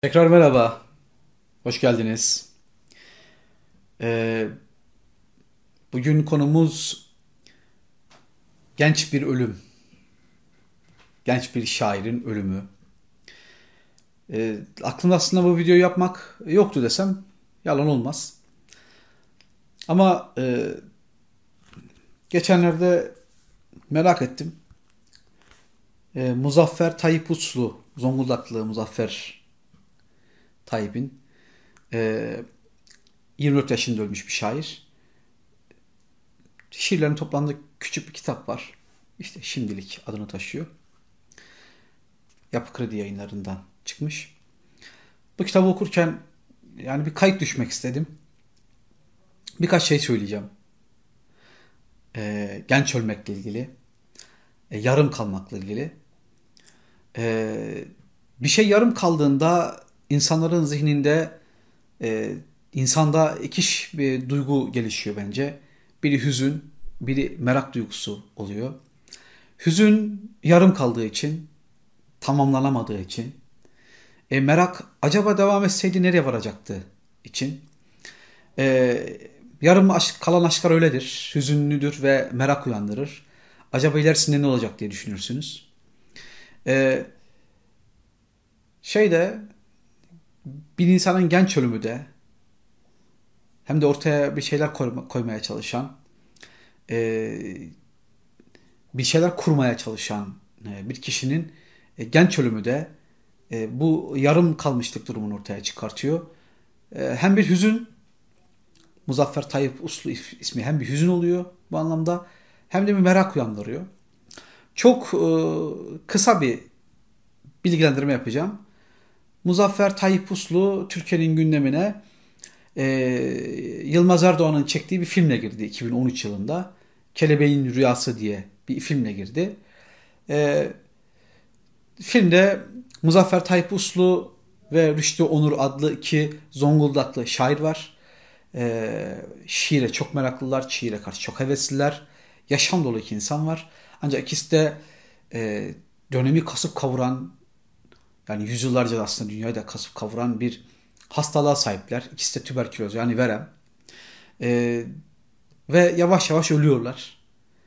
Tekrar merhaba, hoş geldiniz. Ee, Bugün konumuz genç bir ölüm, genç bir şairin ölümü. Aklımda aslında bu videoyu yapmak yoktu desem yalan olmaz. Ama geçenlerde merak ettim. Muzaffer Tayyip Uslu, Zonguldaklı Muzaffer Tayyip'in e, 24 yaşında ölmüş bir şair. Şiirlerin toplandığı küçük bir kitap var. İşte şimdilik adını taşıyor. Yapı Kredi yayınlarından çıkmış. Bu kitabı okurken yani bir kayıt düşmek istedim. Birkaç şey söyleyeceğim. Genç ölmekle ilgili, yarım kalmakla ilgili. Bir şey yarım kaldığında insanların zihninde, insanda bir duygu gelişiyor bence. Biri hüzün, biri merak duygusu oluyor. Hüzün yarım kaldığı için, tamamlanamadığı için. Merak acaba devam etseydi nereye varacaktı için. Yarım kalan aşklar öyledir. Hüzünlüdür ve merak uyandırır. Acaba ilerisinde ne olacak diye düşünürsünüz. Ee, Şeyde bir insanın genç ölümü de hem de ortaya bir şeyler koymaya çalışan, e, bir şeyler kurmaya çalışan bir kişinin genç ölümü de bu yarım kalmışlık durumunu ortaya çıkartıyor. Hem bir hüzün, Muzaffer Tayyip Uslu ismi hem bir hüzün oluyor bu anlamda hem de bir merak uyandırıyor. Çok kısa bir bilgilendirme yapacağım. Muzaffer Tayyip Uslu Türkiye'nin gündemine e, Yılmaz Erdoğan'ın çektiği bir filmle girdi 2013 yılında. Kelebeğin Rüyası diye bir filmle girdi. E, Filmde Muzaffer Tayyip Uslu ve Rüştü Onur adlı iki Zonguldaklı şair var. Şiire çok meraklılar, şiire karşı çok hevesliler. Yaşam dolu iki insan var. Ancak ikisi de e, dönemi kasıp kavuran, yani yüzyıllarca da aslında dünyayı da kasıp kavuran bir hastalığa sahipler. İkisi de tüberküloz yani verem. Ee, Ve yavaş yavaş ölüyorlar.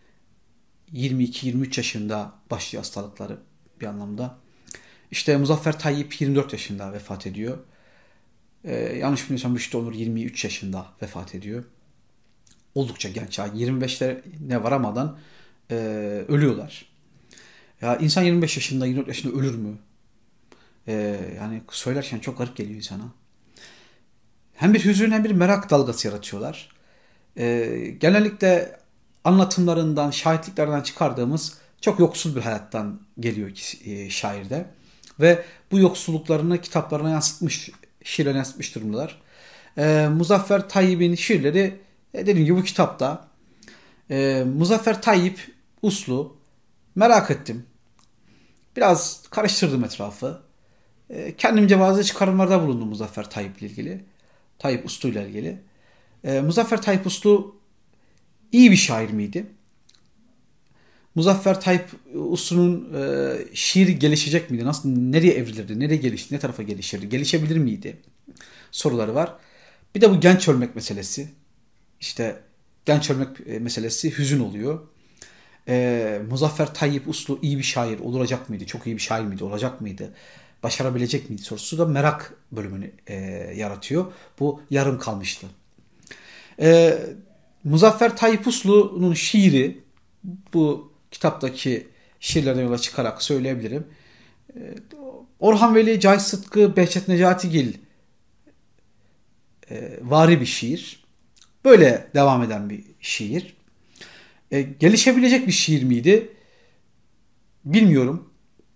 22-23 yaşında başlıyor hastalıkları bir anlamda. İşte Muzaffer Tayyip 24 yaşında vefat ediyor. Yanlış bilmiyorsam Rüştü Onur 23 yaşında vefat ediyor. Oldukça genç. Yani 25'lerine varamadan e, ölüyorlar. Ya insan 25 yaşında 24 yaşında ölür mü? Yani söylerken çok garip geliyor insana. Hem bir hüzün hem bir merak dalgası yaratıyorlar. Genellikle anlatımlarından, şahitliklerden çıkardığımız çok yoksul bir hayattan geliyor şairde. Ve bu yoksulluklarını kitaplarına yansıtmış, şiirlerine yansıtmış durumdalar. Muzaffer Tayyip'in şiirleri dediğim gibi bu kitapta. Muzaffer Tayyip Uslu merak ettim. Biraz karıştırdım etrafı. Kendimce bazı çıkarımlarda bulundum Muzaffer Tayyip ile ilgili. Tayyip Uslu ile ilgili. Muzaffer Tayyip Uslu iyi bir şair miydi? Muzaffer Tayyip Uslu'nun şiiri gelişecek miydi? Nasıl, nereye evrilirdi? Nereye gelişti? Ne tarafa gelişirdi? Gelişebilir miydi? Soruları var. Bir de bu genç ölmek meselesi. İşte genç ölmek meselesi hüzün oluyor. Muzaffer Tayyip Uslu iyi bir şair olacak mıydı? Çok iyi bir şair miydi? Olacak mıydı? Başarabilecek miydi sorusu da merak bölümünü yaratıyor. Bu yarım kalmıştı. E, Muzaffer Tayyip Uslu'nun şiiri bu kitaptaki şiirlerden yola çıkarak söyleyebilirim. Orhan Veli, Cahit Sıtkı, Behçet Necatigil vari bir şiir. Böyle devam eden bir şiir. Gelişebilecek bir şiir miydi? Bilmiyorum.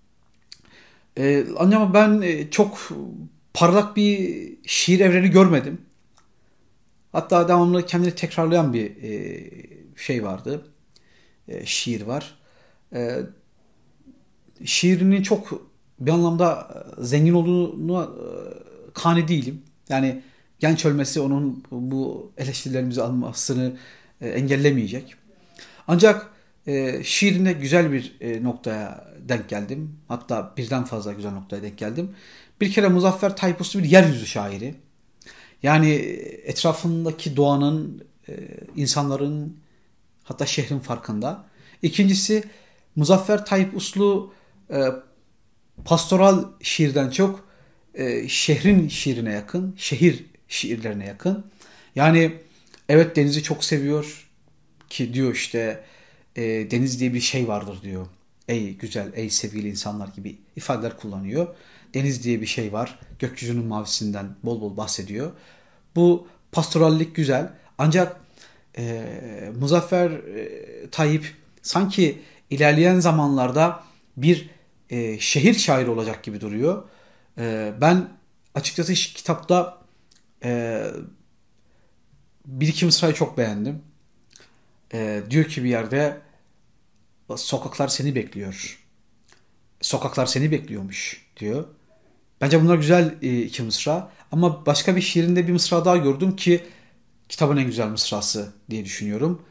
Ama ben çok parlak bir şiir evreni görmedim. Hatta devamlı kendini tekrarlayan bir şey vardı. Şiir var. E, Şiirinin çok bir anlamda zengin olduğunu kani değilim. Yani genç ölmesi onun bu eleştirilerimizi almasını engellemeyecek. Ancak şiirinde güzel bir noktaya denk geldim. Hatta birden fazla güzel noktaya denk geldim. Bir kere Muzaffer Tayyip Uslu bir yeryüzü şairi. Yani etrafındaki doğanın, insanların, hatta şehrin farkında. İkincisi, Muzaffer Tayyip Uslu pastoral şiirden çok şehrin şiirine yakın, şehir şiirlerine yakın. Yani evet, denizi çok seviyor ki diyor işte deniz diye bir şey vardır diyor. Ey güzel, ey sevgili insanlar gibi ifadeler kullanıyor. Deniz diye bir şey var. Gökyüzünün mavisinden bol bol bahsediyor. Bu pastorallik güzel. Ancak Muzaffer Tayyip sanki ilerleyen zamanlarda bir şehir şairi olacak gibi duruyor. Ben açıkçası kitapta e, bir iki mısrayı çok beğendim. Diyor ki bir yerde, sokaklar seni bekliyor. Sokaklar seni bekliyormuş diyor. Bence bunlar güzel iki mısra. Ama başka bir şiirinde bir mısra daha gördüm ki kitabın en güzel mısrası diye düşünüyorum.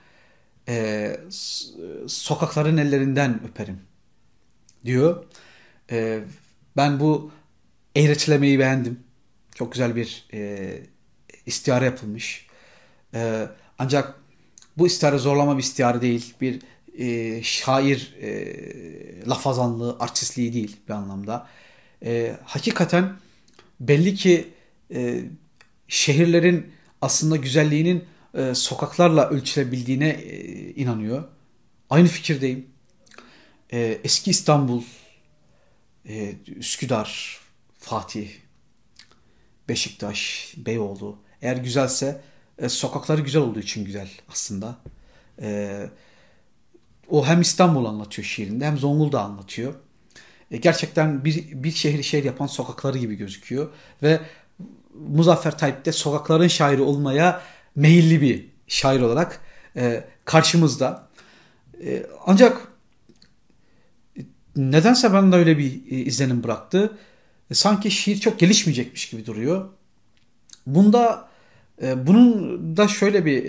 Sokakların ellerinden öperim diyor. Ben bu eğretilemeyi beğendim. Çok güzel bir istiyare yapılmış. Ancak bu istiyare zorlama bir istiyare değil. Bir şair lafazanlığı, artistliği değil bir anlamda. Hakikaten belli ki şehirlerin aslında güzelliğinin sokaklarla ölçülebildiğine inanıyor. Aynı fikirdeyim. Eski İstanbul, Üsküdar, Fatih, Beşiktaş, Beyoğlu eğer güzelse sokakları güzel olduğu için güzel aslında. E, O hem İstanbul anlatıyor şiirinde hem Zonguldak'ı anlatıyor. Gerçekten bir şehri şehir yapan sokakları gibi gözüküyor. Ve Muzaffer Tayyip de sokakların şairi olmaya meyilli bir şair olarak karşımızda. Ancak nedense bende öyle bir izlenim bıraktı. Sanki şiir çok gelişmeyecekmiş gibi duruyor. Bunun da şöyle bir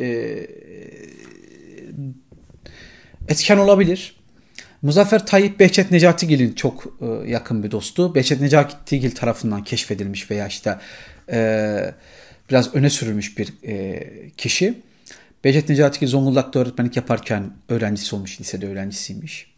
etken olabilir. Muzaffer Tayyip Behçet Necatigil'in çok yakın bir dostu. Behçet Necatigil tarafından keşfedilmiş veya işte biraz öne sürülmüş bir kişi. Behçet Necatigil Zonguldak'ta öğretmenlik yaparken öğrencisi olmuş, lisede öğrencisiymiş.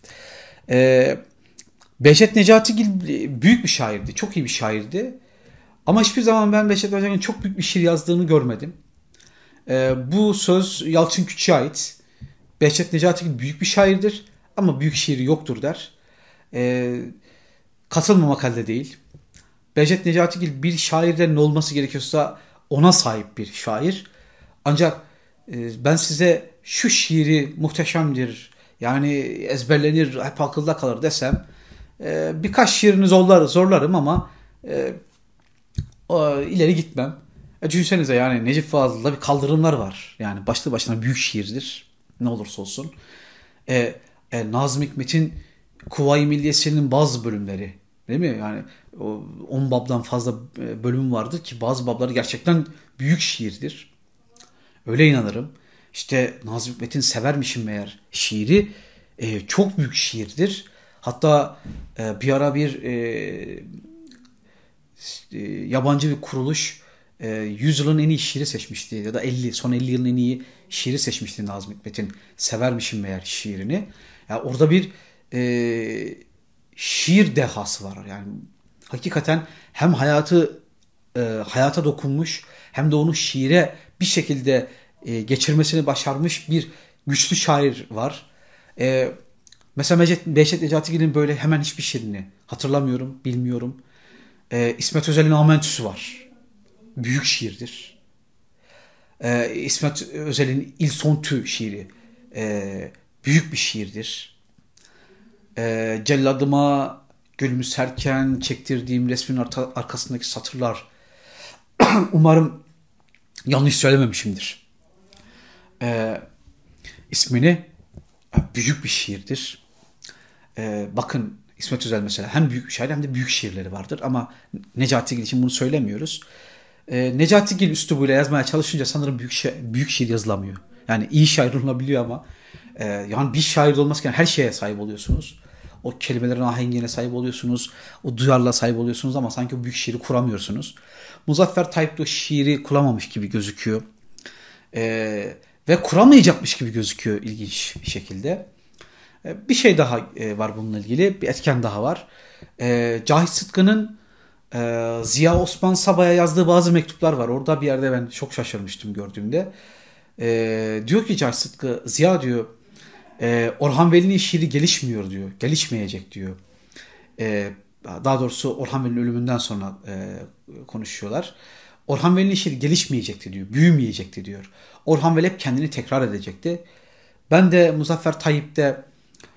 Behçet Necatigil büyük bir şairdi, çok iyi bir şairdi. Ama hiçbir zaman ben Behçet Necatigil'in çok büyük bir şiir yazdığını görmedim. Bu söz Yalçın Küçük'e ait. Behçet Necatigil büyük bir şairdir ama büyük şiiri yoktur der. Katılmamak halde değil. Behçet Necatigil bir şairden ne olması gerekiyorsa ona sahip bir şair. Ancak ben size şu şiiri muhteşemdir, yani ezberlenir, hep akılda kalır desem birkaç şiirini zorlarım ama ileri gitmem. Düşünsenize, yani Necip Fazıl'da bir Kaldırımlar var. Yani başlı başına büyük şiirdir. Ne olursa olsun. Nazım Hikmet'in Kuvayi Milliyesi'nin bazı bölümleri, değil mi? Yani 10 babdan fazla bölümü vardır ki bazı babları gerçekten büyük şiirdir. Öyle inanırım. İşte Nazım Hikmet'in Severmişim Meğer şiiri çok büyük şiirdir. Hatta bir ara bir yabancı bir kuruluş 100 yılın en iyi şiiri seçmişti ya da son 50 yılın en iyi şiiri seçmişti Nazım Hikmet'in Severmişim Meğer şiirini. Yani orada bir şiir dehası var. Yani hakikaten hem hayata dokunmuş hem de onu şiire bir şekilde geçirmesini başarmış bir güçlü şair var. Mesela Behçet Necatigil'in böyle hemen hiçbir şiirini hatırlamıyorum, bilmiyorum. İsmet Özel'in Amentüsü var. Büyük şiirdir. İsmet Özel'in Il Son Tu şiiri büyük bir şiirdir. Celladıma gülümü serken çektirdiğim resmin arkasındaki satırlar umarım yanlış söylememişimdir. İsmini büyük bir şiirdir. Bakın İsmet Özel mesela hem büyük bir şair hem de büyük şiirleri vardır ama Necatigil için bunu söylemiyoruz. Necatigil üslubuyla yazmaya çalışınca sanırım büyük şiir yazılamıyor. Yani iyi şair olunabiliyor ama Yani bir şair olmazken her şeye sahip oluyorsunuz. O kelimelerin ahengine sahip oluyorsunuz. O duyarla sahip oluyorsunuz ama sanki o büyük şiiri kuramıyorsunuz. Muzaffer Tayyip de o şiiri kuramamış gibi gözüküyor. Ve kuramayacakmış gibi gözüküyor ilginç bir şekilde. Bir şey daha var bununla ilgili. Bir etken daha var. Cahit Sıtkı'nın Ziya Osman Sabah'a yazdığı bazı mektuplar var. Orada bir yerde ben çok şaşırmıştım gördüğümde. Diyor ki Cahit Sıtkı, Ziya diyor, Orhan Veli'nin şiiri gelişmiyor diyor. Gelişmeyecek diyor. Daha doğrusu Orhan Veli'nin ölümünden sonra konuşuyorlar. Orhan Veli'nin şiiri gelişmeyecekti diyor. Büyümeyecekti diyor. Orhan Veli hep kendini tekrar edecekti. Ben de Muzaffer Tayyip'te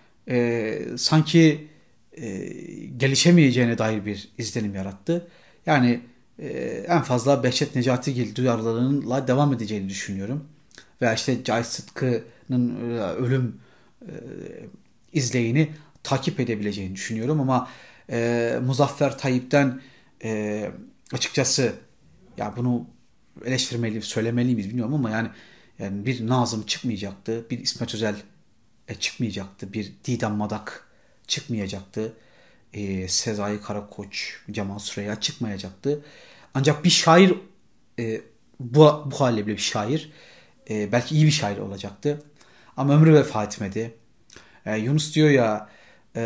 sanki gelişemeyeceğine dair bir izlenim yarattı. Yani en fazla Behçet Necatigil duyarlılığıyla devam edeceğini düşünüyorum. Veya işte Cahit Sıtkı'nın ölüm izleyini takip edebileceğini düşünüyorum ama Muzaffer Tayyip'ten açıkçası ya bunu eleştirmeli, söylemeli miyiz bilmiyorum ama yani bir Nazım çıkmayacaktı, bir İsmet Özel çıkmayacaktı, bir Didem Madak çıkmayacaktı, Sezai Karakoç, Cemal Süreya çıkmayacaktı. Ancak bir şair bu haliyle bir şair belki iyi bir şair olacaktı. Ama ömrü vefa etmedi. Yunus diyor ya e,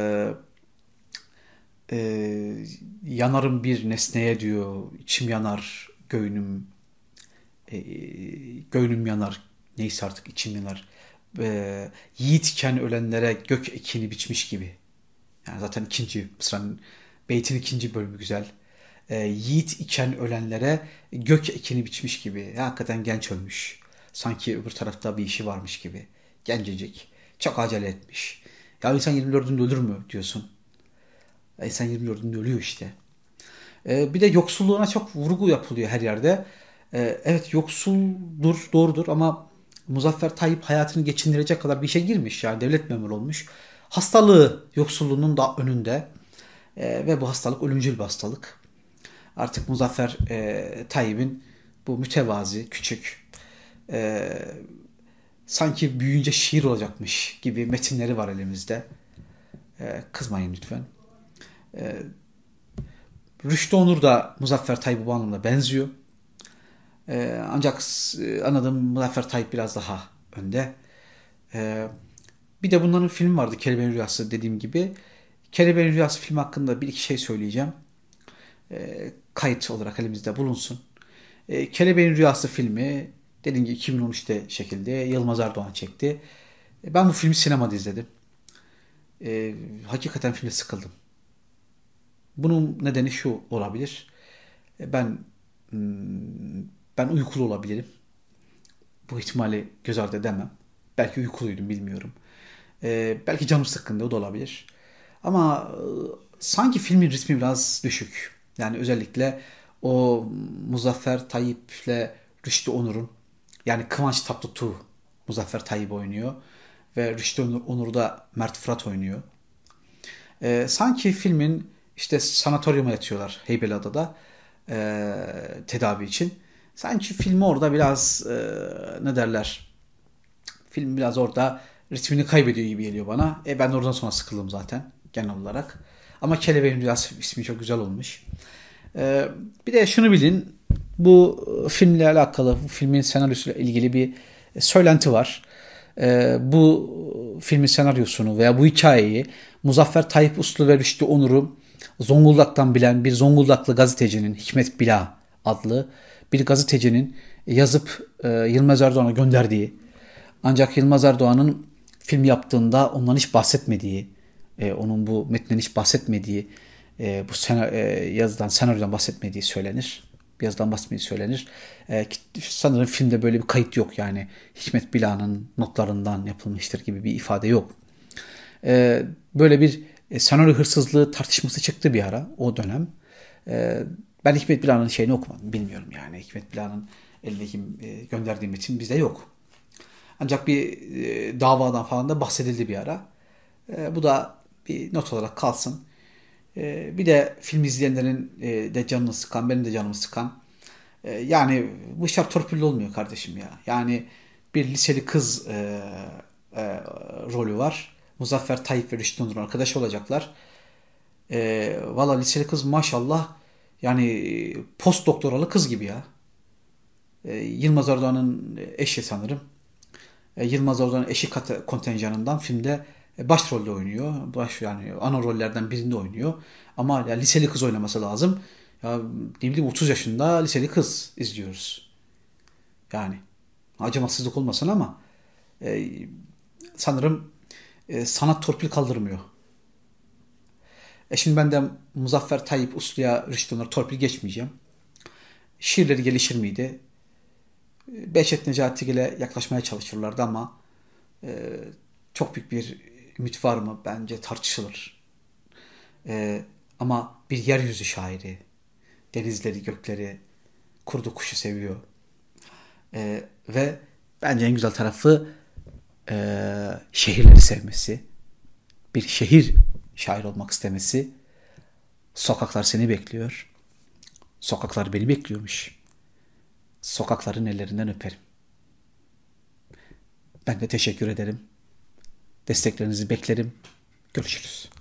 e, yanarım bir nesneye diyor. İçim yanar, göğnüm yanar. Neyse artık içim yanar. Yiğitken ölenlere gök ekini biçmiş gibi. Yani zaten ikinci mısranın beytin ikinci bölümü güzel. Yiğit iken ölenlere gök ekini biçmiş gibi. Hakikaten genç ölmüş. Sanki öbür tarafta bir işi varmış gibi. Gencecik. Çok acele etmiş. Ya insan 24'ünde ölür mü diyorsun. İnsan 24'ünde ölüyor işte. Bir de yoksulluğuna çok vurgu yapılıyor her yerde. Evet yoksuldur, doğrudur ama Muzaffer Tayyip hayatını geçindirecek kadar bir işe girmiş. Yani devlet memuru olmuş. Hastalığı yoksulluğunun da önünde. Ve bu hastalık ölümcül bir hastalık. Artık Muzaffer Tayyip'in bu mütevazi, küçük, e, sanki büyüyünce şiir olacakmış gibi metinleri var elimizde. Kızmayın lütfen. E, Rüştü Onur da Muzaffer Tayyip'e bu anlamda benziyor. Ancak anladığım Muzaffer Tayyip biraz daha önde. E, Bir de bunların filmi vardı. Kelebeğin Rüyası dediğim gibi. Kelebeğin Rüyası filmi hakkında bir iki şey söyleyeceğim. Kayıt olarak elimizde bulunsun. Kelebeğin Rüyası filmi dediğim gibi 2013'te şekilde Yılmaz Erdoğan çekti. Ben bu filmi sinemada izledim. Hakikaten filmde sıkıldım. Bunun nedeni şu olabilir. Ben ben uykulu olabilirim. Bu ihtimali göz ardı edemem. Belki uykuluydum bilmiyorum. Belki canım sıkkındı o da olabilir. Ama sanki filmin ritmi biraz düşük. Yani özellikle o Muzaffer Tayyip'le Rüştü Onur'un yani Kıvanç Tatlıtuğ Muzaffer Tayyip oynuyor ve Rüştü Onur da Mert Fırat oynuyor. Sanki filmin işte sanatoryuma yatıyorlar Heybeliada'da tedavi için. Sanki filmi orada biraz ne derler film biraz orada ritmini kaybediyor gibi geliyor bana. Ben oradan sonra sıkıldım zaten genel olarak. Ama Kelebeğin Rüyası ismi çok güzel olmuş. Bir de şunu bilin. Bu filmle alakalı, bu filmin senaryosuyla ilgili bir söylenti var. Bu filmin senaryosunu veya bu hikayeyi Muzaffer Tayyip Uslu ve Rüştü Onur'u Zonguldak'tan bilen bir Zonguldaklı gazetecinin Hikmet Bila adlı bir gazetecinin yazıp Yılmaz Erdoğan'a gönderdiği ancak Yılmaz Erdoğan'ın film yaptığında ondan hiç bahsetmediği, onun bu metninden hiç bahsetmediği, bu yazıdan, senaryodan bahsetmediği söylenir. Yazıdan bahsetmediği söylenir. Sanırım filmde böyle bir kayıt yok yani. Hikmet Bila'nın notlarından yapılmıştır gibi bir ifade yok. Böyle bir senaryo hırsızlığı tartışması çıktı bir ara o dönem. Ben Hikmet Bila'nın şeyini okumadım. Bilmiyorum yani. Hikmet Bila'nın elindeki gönderdiği metin bizde yok. Ancak bir davadan falan da bahsedildi bir ara. Bu da bir not olarak kalsın. Bir de film izleyenlerin de canını sıkan, benim de canımı sıkan. Yani bu işler torpilli olmuyor kardeşim ya. Yani bir liseli kız rolü var. Muzaffer Tayyip ve Rüştü Onur arkadaş olacaklar. Valla liseli kız maşallah yani post doktoralı kız gibi ya. Yılmaz Erdoğan'ın eşi sanırım. Yılmaz Erdoğan'ın eşi kontenjanından filmde başrolde oynuyor. Yani ana rollerden birinde oynuyor. Ama ya liseli kız oynaması lazım. Ya ne bileyim 30 yaşında liseli kız izliyoruz. Yani acımasızlık olmasın ama e, sanırım sanat torpil kaldırmıyor. Şimdi ben de Muzaffer Tayyip Uslu'ya Rüştü Onur torpil geçmeyeceğim. Şiirleri gelişir miydi? Behçet Necati ile yaklaşmaya çalışırlardı ama e, çok büyük bir ümit var mı? Bence tartışılır. Ama bir yeryüzü şairi. Denizleri, gökleri, kurdu kuşu seviyor. Ve bence en güzel tarafı şehirleri sevmesi. Bir şehir şair olmak istemesi. Sokaklar seni bekliyor. Sokaklar beni bekliyormuş. Sokakların ellerinden öperim. Ben de teşekkür ederim. Desteklerinizi beklerim. Görüşürüz.